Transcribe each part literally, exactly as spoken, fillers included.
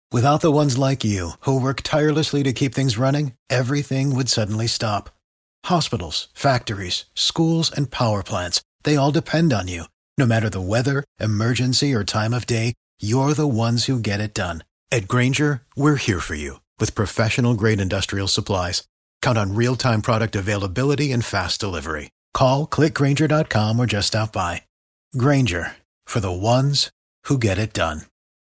Without the ones like you, who work tirelessly to keep things running, everything would suddenly stop. Hospitals, factories, schools, and power plants, they all depend on you. No matter the weather, emergency, or time of day, you're the ones who get it done. At Grainger, we're here for you with professional-grade industrial supplies. Count on real-time product availability and fast delivery. Call, click grainger dot com or just stop by. Grainger, for the ones who get it done.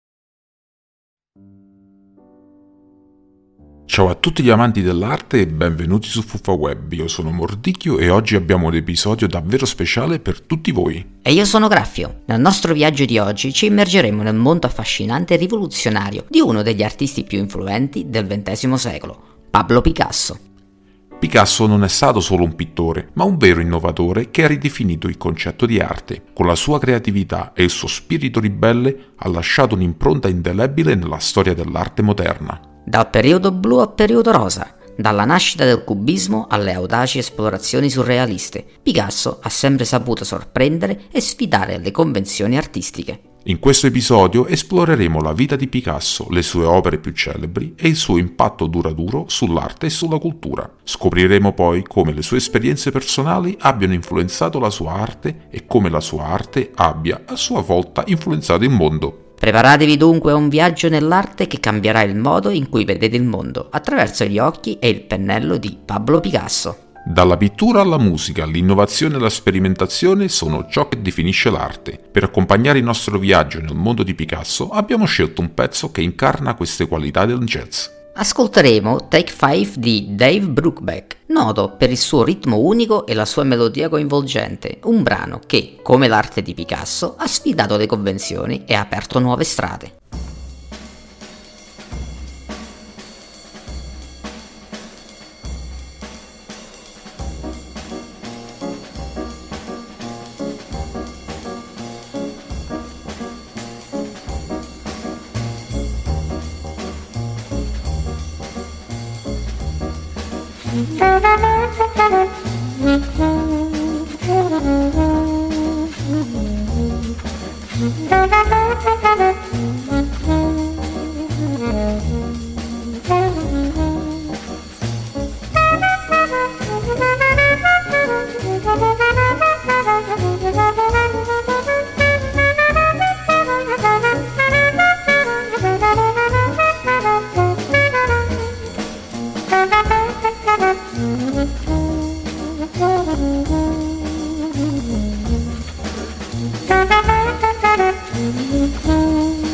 Ciao a tutti gli amanti dell'arte e benvenuti su FuffaWeb. Io sono Mordicchio e oggi abbiamo un episodio davvero speciale per tutti voi. E io sono Graffio. Nel nostro viaggio di oggi ci immergeremo nel mondo affascinante e rivoluzionario di uno degli artisti più influenti del ventesimo secolo, Pablo Picasso. Picasso non è stato solo un pittore, ma un vero innovatore che ha ridefinito il concetto di arte. Con la sua creatività e il suo spirito ribelle ha lasciato un'impronta indelebile nella storia dell'arte moderna. Dal periodo blu al periodo rosa, dalla nascita del cubismo alle audaci esplorazioni surrealiste, Picasso ha sempre saputo sorprendere e sfidare le convenzioni artistiche. In questo episodio esploreremo la vita di Picasso, le sue opere più celebri e il suo impatto duraturo sull'arte e sulla cultura. Scopriremo poi come le sue esperienze personali abbiano influenzato la sua arte e come la sua arte abbia a sua volta influenzato il mondo. Preparatevi dunque a un viaggio nell'arte che cambierà il modo in cui vedete il mondo attraverso gli occhi e il pennello di Pablo Picasso. Dalla pittura alla musica, l'innovazione e la sperimentazione sono ciò che definisce l'arte. Per accompagnare il nostro viaggio nel mondo di Picasso abbiamo scelto un pezzo che incarna queste qualità del jazz. Ascolteremo Take Five di Dave Brubeck, noto per il suo ritmo unico e la sua melodia coinvolgente, un brano che, come l'arte di Picasso, ha sfidato le convenzioni e ha aperto nuove strade. Thank you.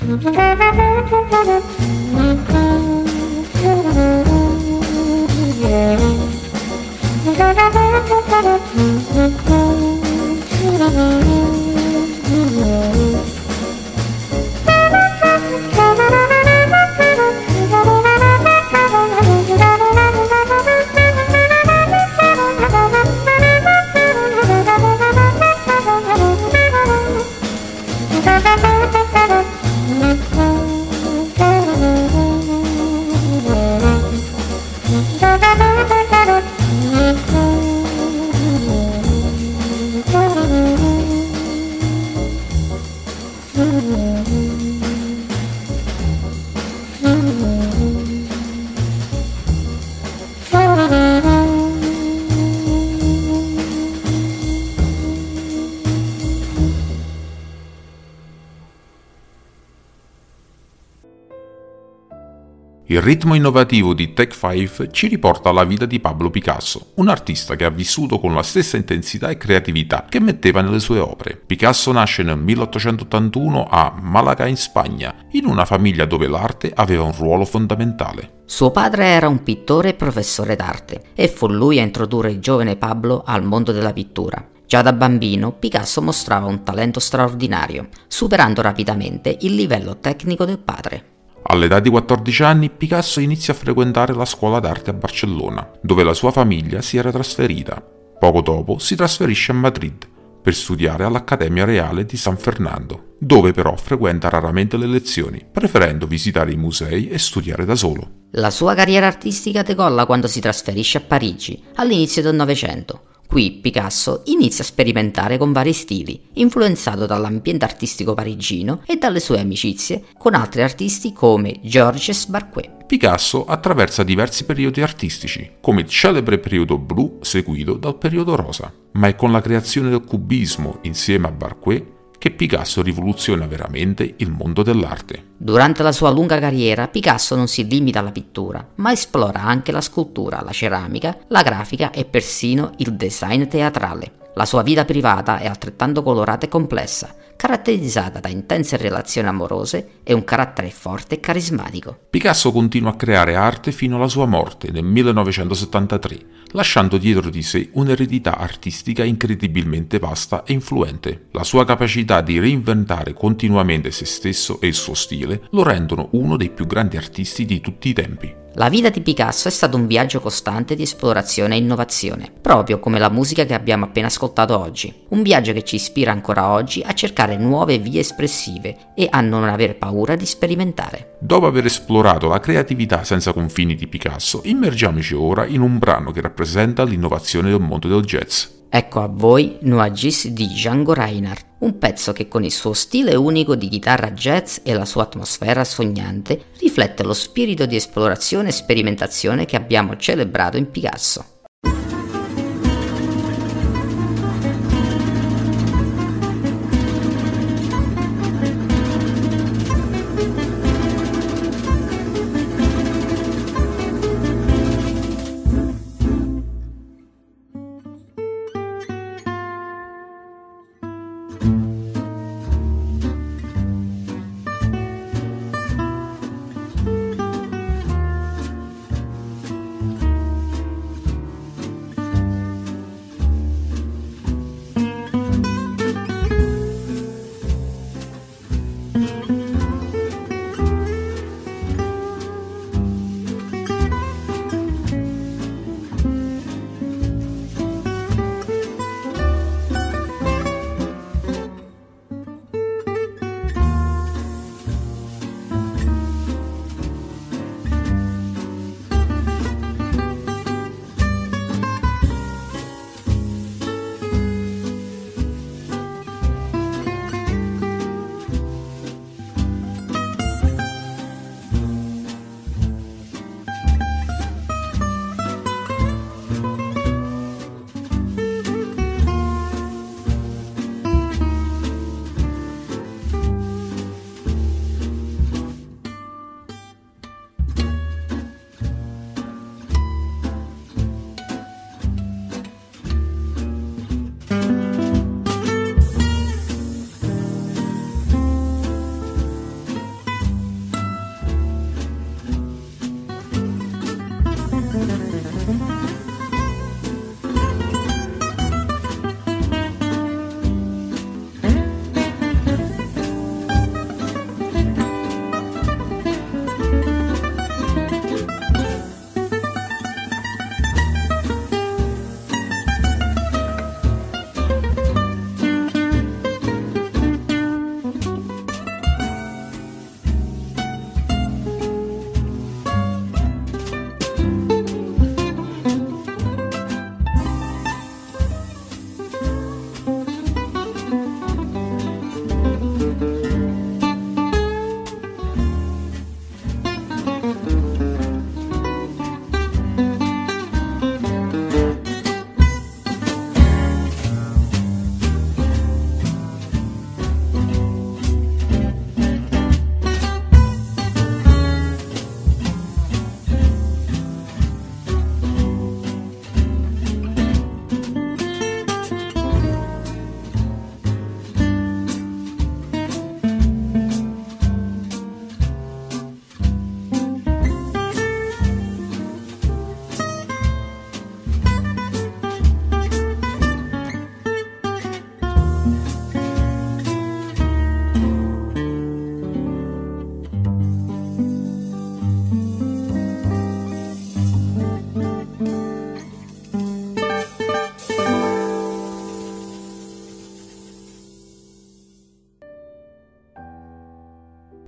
Il ritmo innovativo di Take cinque ci riporta alla vita di Pablo Picasso, un artista che ha vissuto con la stessa intensità e creatività che metteva nelle sue opere. Picasso nasce nel milleottocentottantuno a Malaga in Spagna, in una famiglia dove l'arte aveva un ruolo fondamentale. Suo padre era un pittore e professore d'arte, e fu lui a introdurre il giovane Pablo al mondo della pittura. Già da bambino Picasso mostrava un talento straordinario, superando rapidamente il livello tecnico del padre. All'età di quattordici anni Picasso inizia a frequentare la scuola d'arte a Barcellona, dove la sua famiglia si era trasferita. Poco dopo si trasferisce a Madrid per studiare all'Accademia Reale di San Fernando, dove però frequenta raramente le lezioni, preferendo visitare i musei e studiare da solo. La sua carriera artistica decolla quando si trasferisce a Parigi, all'inizio del Novecento. Qui Picasso inizia a sperimentare con vari stili, influenzato dall'ambiente artistico parigino e dalle sue amicizie con altri artisti come Georges Barquet. Picasso attraversa diversi periodi artistici, come il celebre periodo blu seguito dal periodo rosa, ma è con la creazione del cubismo insieme a Barquet che Picasso rivoluziona veramente il mondo dell'arte. Durante la sua lunga carriera, Picasso non si limita alla pittura, ma esplora anche la scultura, la ceramica, la grafica e persino il design teatrale. La sua vita privata è altrettanto colorata e complessa, caratterizzata da intense relazioni amorose e un carattere forte e carismatico. Picasso continua a creare arte fino alla sua morte nel millenovecentosettantatré, lasciando dietro di sé un'eredità artistica incredibilmente vasta e influente. La sua capacità di reinventare continuamente se stesso e il suo stile lo rendono uno dei più grandi artisti di tutti i tempi. La vita di Picasso è stato un viaggio costante di esplorazione e innovazione, proprio come la musica che abbiamo appena ascoltato oggi. Un viaggio che ci ispira ancora oggi a cercare nuove vie espressive e a non aver paura di sperimentare. Dopo aver esplorato la creatività senza confini di Picasso, immergiamoci ora in un brano che rappresenta l'innovazione del mondo del jazz. Ecco a voi Nuagis di Django Reinhardt, un pezzo che con il suo stile unico di chitarra jazz e la sua atmosfera sognante riflette lo spirito di esplorazione e sperimentazione che abbiamo celebrato in Picasso.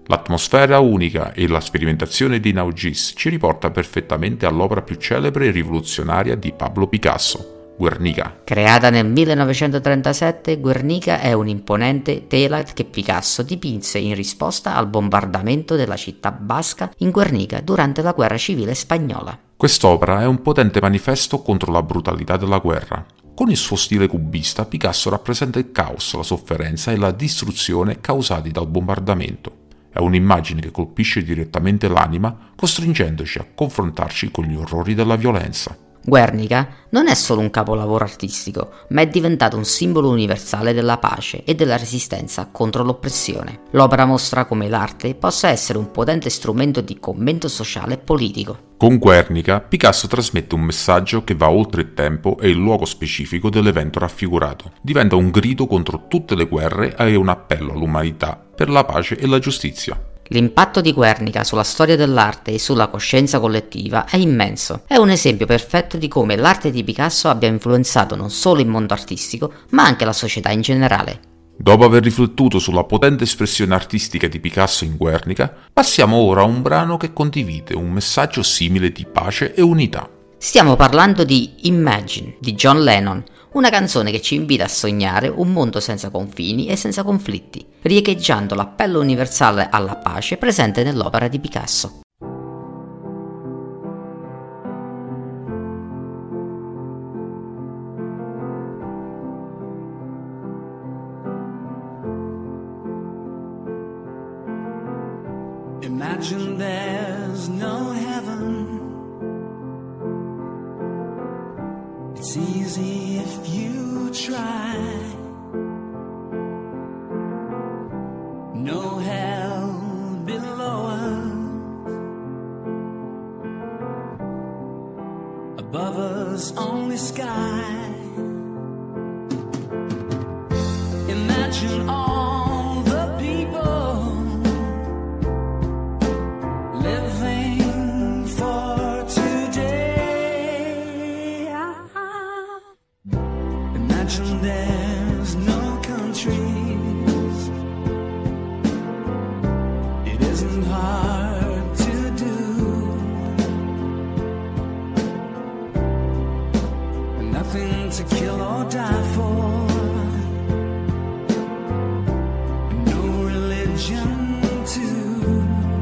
L'atmosfera unica e la sperimentazione di Naugis ci riporta perfettamente all'opera più celebre e rivoluzionaria di Pablo Picasso, Guernica. Creata nel millenovecentotrentasette, Guernica è un'imponente tela che Picasso dipinse in risposta al bombardamento della città basca in Guernica durante la guerra civile spagnola. Quest'opera è un potente manifesto contro la brutalità della guerra. Con il suo stile cubista, Picasso rappresenta il caos, la sofferenza e la distruzione causati dal bombardamento. È un'immagine che colpisce direttamente l'anima, costringendoci a confrontarci con gli orrori della violenza. Guernica non è solo un capolavoro artistico, ma è diventato un simbolo universale della pace e della resistenza contro l'oppressione. L'opera mostra come l'arte possa essere un potente strumento di commento sociale e politico. Con Guernica, Picasso trasmette un messaggio che va oltre il tempo e il luogo specifico dell'evento raffigurato. Diventa un grido contro tutte le guerre e un appello all'umanità per la pace e la giustizia. L'impatto di Guernica sulla storia dell'arte e sulla coscienza collettiva è immenso. È un esempio perfetto di come l'arte di Picasso abbia influenzato non solo il mondo artistico, ma anche la società in generale. Dopo aver riflettuto sulla potente espressione artistica di Picasso in Guernica, passiamo ora a un brano che condivide un messaggio simile di pace e unità. Stiamo parlando di Imagine di John Lennon, una canzone che ci invita a sognare un mondo senza confini e senza conflitti, riecheggiando l'appello universale alla pace presente nell'opera di Picasso. Imagine there's no heaven. It's easy if you try. No hell below us. Above us only sky. Imagine all the people living for today. Imagine there's no countries. It isn't hard to do. And nothing to kill or die for. No religion too.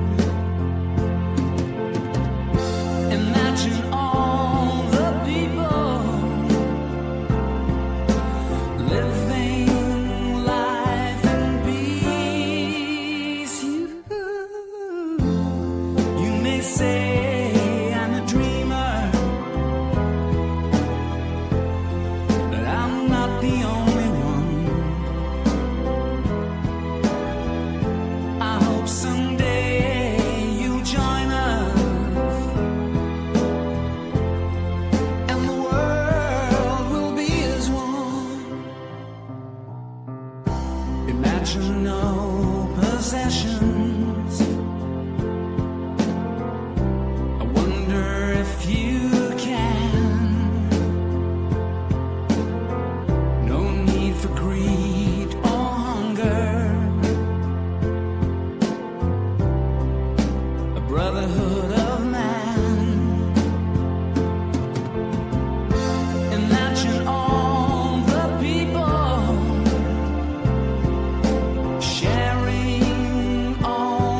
Imagine all the people living life in peace. You, you may say I'm a dreamer, but I'm not the only one. I hope someday you'll join us. And the world will be as one. Imagine no possessions. I wonder if you can. No need for greed or hunger. A brotherhood of man. Imagine all the people sharing all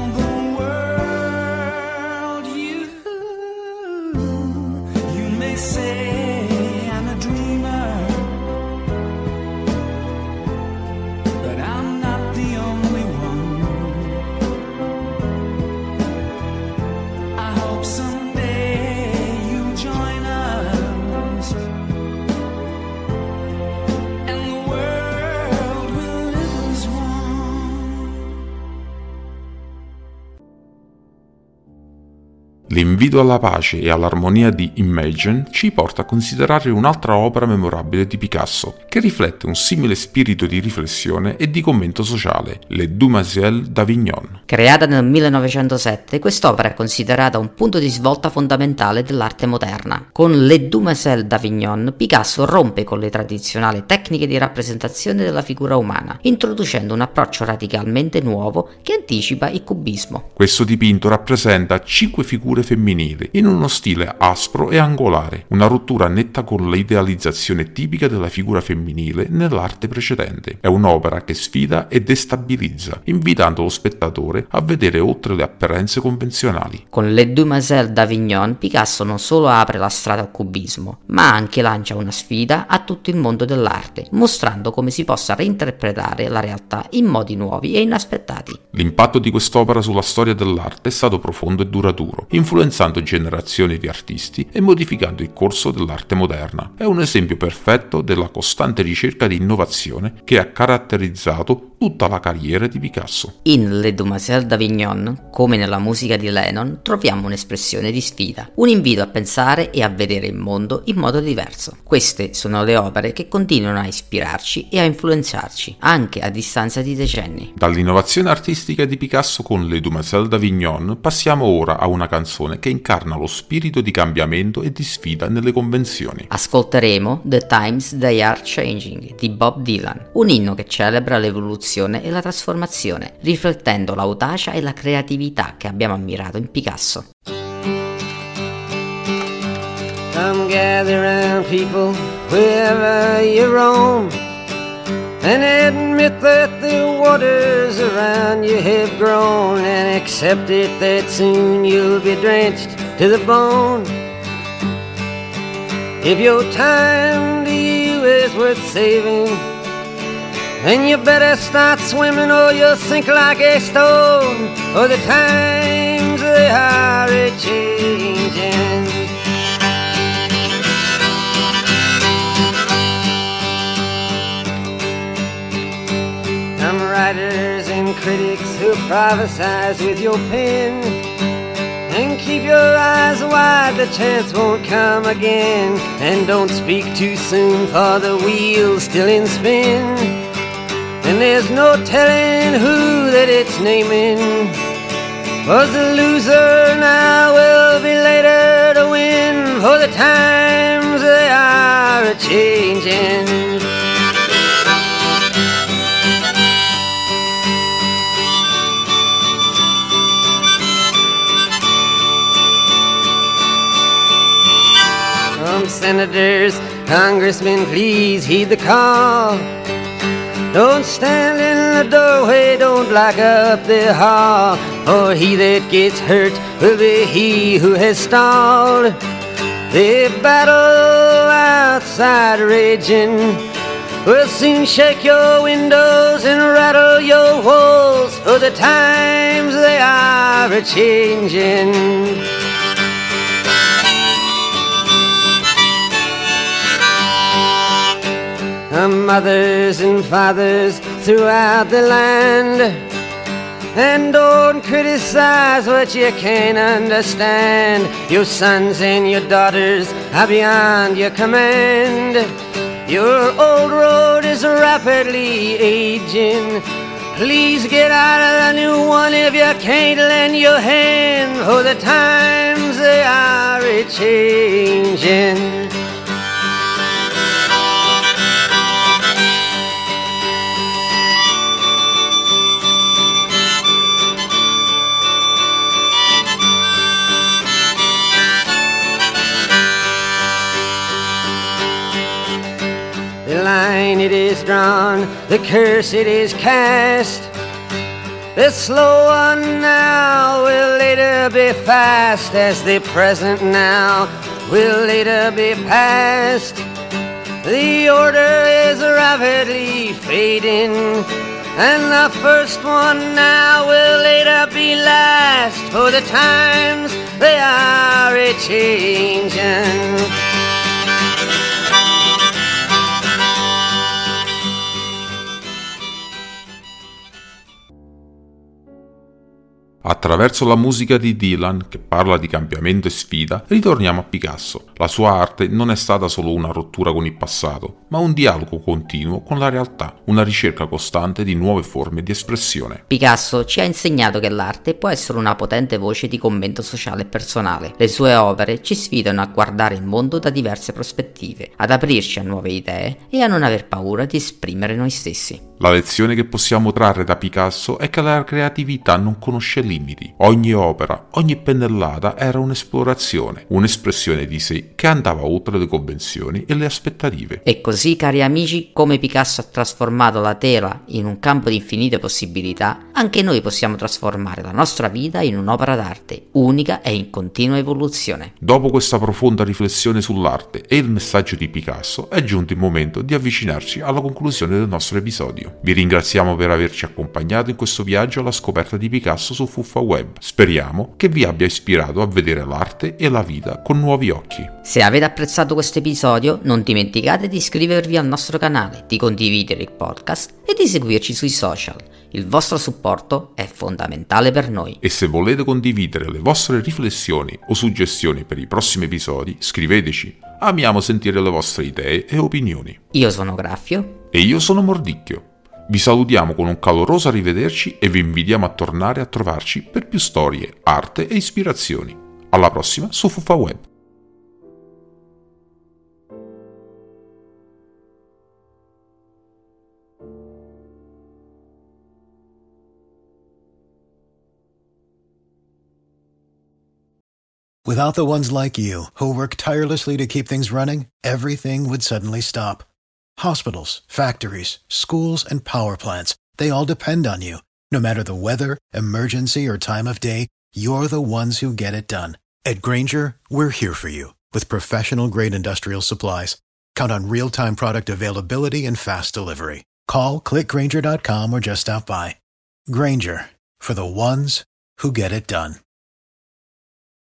L'invito alla pace e all'armonia di Imagine ci porta a considerare un'altra opera memorabile di Picasso, che riflette un simile spirito di riflessione e di commento sociale, Les Demoiselles d'Avignon. Creata nel millenovecentosette, quest'opera è considerata un punto di svolta fondamentale dell'arte moderna. Con Les Demoiselles d'Avignon, Picasso rompe con le tradizionali tecniche di rappresentazione della figura umana, introducendo un approccio radicalmente nuovo che anticipa il cubismo. Questo dipinto rappresenta cinque figure femminili in uno stile aspro e angolare, una rottura netta con l'idealizzazione tipica della figura femminile nell'arte precedente. È un'opera che sfida e destabilizza, invitando lo spettatore a vedere oltre le apparenze convenzionali. Con Les Demoiselles d'Avignon, Picasso non solo apre la strada al cubismo, ma anche lancia una sfida a tutto il mondo dell'arte, mostrando come si possa reinterpretare la realtà in modi nuovi e inaspettati. L'impatto di quest'opera sulla storia dell'arte è stato profondo e duraturo, influenzando generazioni di artisti e modificando il corso dell'arte moderna. È un esempio perfetto della costante ricerca di innovazione che ha caratterizzato tutta la carriera di Picasso. In Les Demoiselles d'Avignon, come nella musica di Lennon, troviamo un'espressione di sfida, un invito a pensare e a vedere il mondo in modo diverso. Queste sono le opere che continuano a ispirarci e a influenzarci, anche a distanza di decenni. Dall'innovazione artistica di Picasso con Les Demoiselles d'Avignon passiamo ora a una canzone che incarna lo spirito di cambiamento e di sfida nelle convenzioni. Ascolteremo The Times They Are Changing di Bob Dylan, un inno che celebra l'evoluzione e la trasformazione, riflettendo l'audacia e la creatività che abbiamo ammirato in Picasso. Come gather round, people, wherever you roam, and admit that the waters around you have grown, and accept it that soon you'll be drenched to the bone. If your time to you is worth saving, then you better start swimming or you'll sink like a stone, or the times they are a-changing. Some writers and critics who prophesize with your pen, and keep your eyes wide, the chance won't come again. And don't speak too soon, for the wheel's still in spin, and there's no telling who that it's naming. Was the loser now will be later to win, for the times they are a-changing. Some senators, congressmen, please heed the call. Don't stand in the doorway, don't block up the hall, for he that gets hurt will be he who has stalled. The battle outside raging will soon shake your windows and rattle your walls, for the times they are a-changing. Mothers and fathers throughout the land, and don't criticize what you can't understand. Your sons and your daughters are beyond your command. Your old road is rapidly aging. Please get out of the new one if you can't lend your hand, for the times they are a-changing. The line it is drawn, the curse it is cast. The slow one now will later be fast, as the present now will later be past. The order is rapidly fading, and the first one now will later be last, for the times they are a-changing. Attraverso la musica di Dylan, che parla di cambiamento e sfida, ritorniamo a Picasso. La sua arte non è stata solo una rottura con il passato, ma un dialogo continuo con la realtà, una ricerca costante di nuove forme di espressione. Picasso ci ha insegnato che l'arte può essere una potente voce di commento sociale e personale. Le sue opere ci sfidano a guardare il mondo da diverse prospettive, ad aprirci a nuove idee e a non aver paura di esprimere noi stessi. La lezione che possiamo trarre da Picasso è che la creatività non conosce limiti. Ogni opera, ogni pennellata era un'esplorazione, un'espressione di sé che andava oltre le convenzioni e le aspettative. E così, cari amici, come Picasso ha trasformato la tela in un campo di infinite possibilità, anche noi possiamo trasformare la nostra vita in un'opera d'arte, unica e in continua evoluzione. Dopo questa profonda riflessione sull'arte e il messaggio di Picasso, è giunto il momento di avvicinarci alla conclusione del nostro episodio. Vi ringraziamo per averci accompagnato in questo viaggio alla scoperta di Picasso su Fuffa Web. Speriamo che vi abbia ispirato a vedere l'arte e la vita con nuovi occhi. Se avete apprezzato questo episodio, non dimenticate di iscrivervi al nostro canale, di condividere il podcast e di seguirci sui social. Il vostro supporto è fondamentale per noi. E se volete condividere le vostre riflessioni o suggestioni per i prossimi episodi, scriveteci. Amiamo sentire le vostre idee e opinioni. Io sono Graffio. E io sono Mordicchio. Vi salutiamo con un caloroso arrivederci e vi invitiamo a tornare a trovarci per più storie, arte e ispirazioni. Alla prossima su Fuffa Web. Without the ones like you, who work tirelessly to keep things running, everything would suddenly stop. Hospitals, factories, schools, and power plants, they all depend on you. No matter the weather, emergency, or time of day, you're the ones who get it done. At Grainger, we're here for you with professional-grade industrial supplies. Count on real-time product availability and fast delivery. Call, click Grainger dot com, or just stop by. Grainger, for the ones who get it done.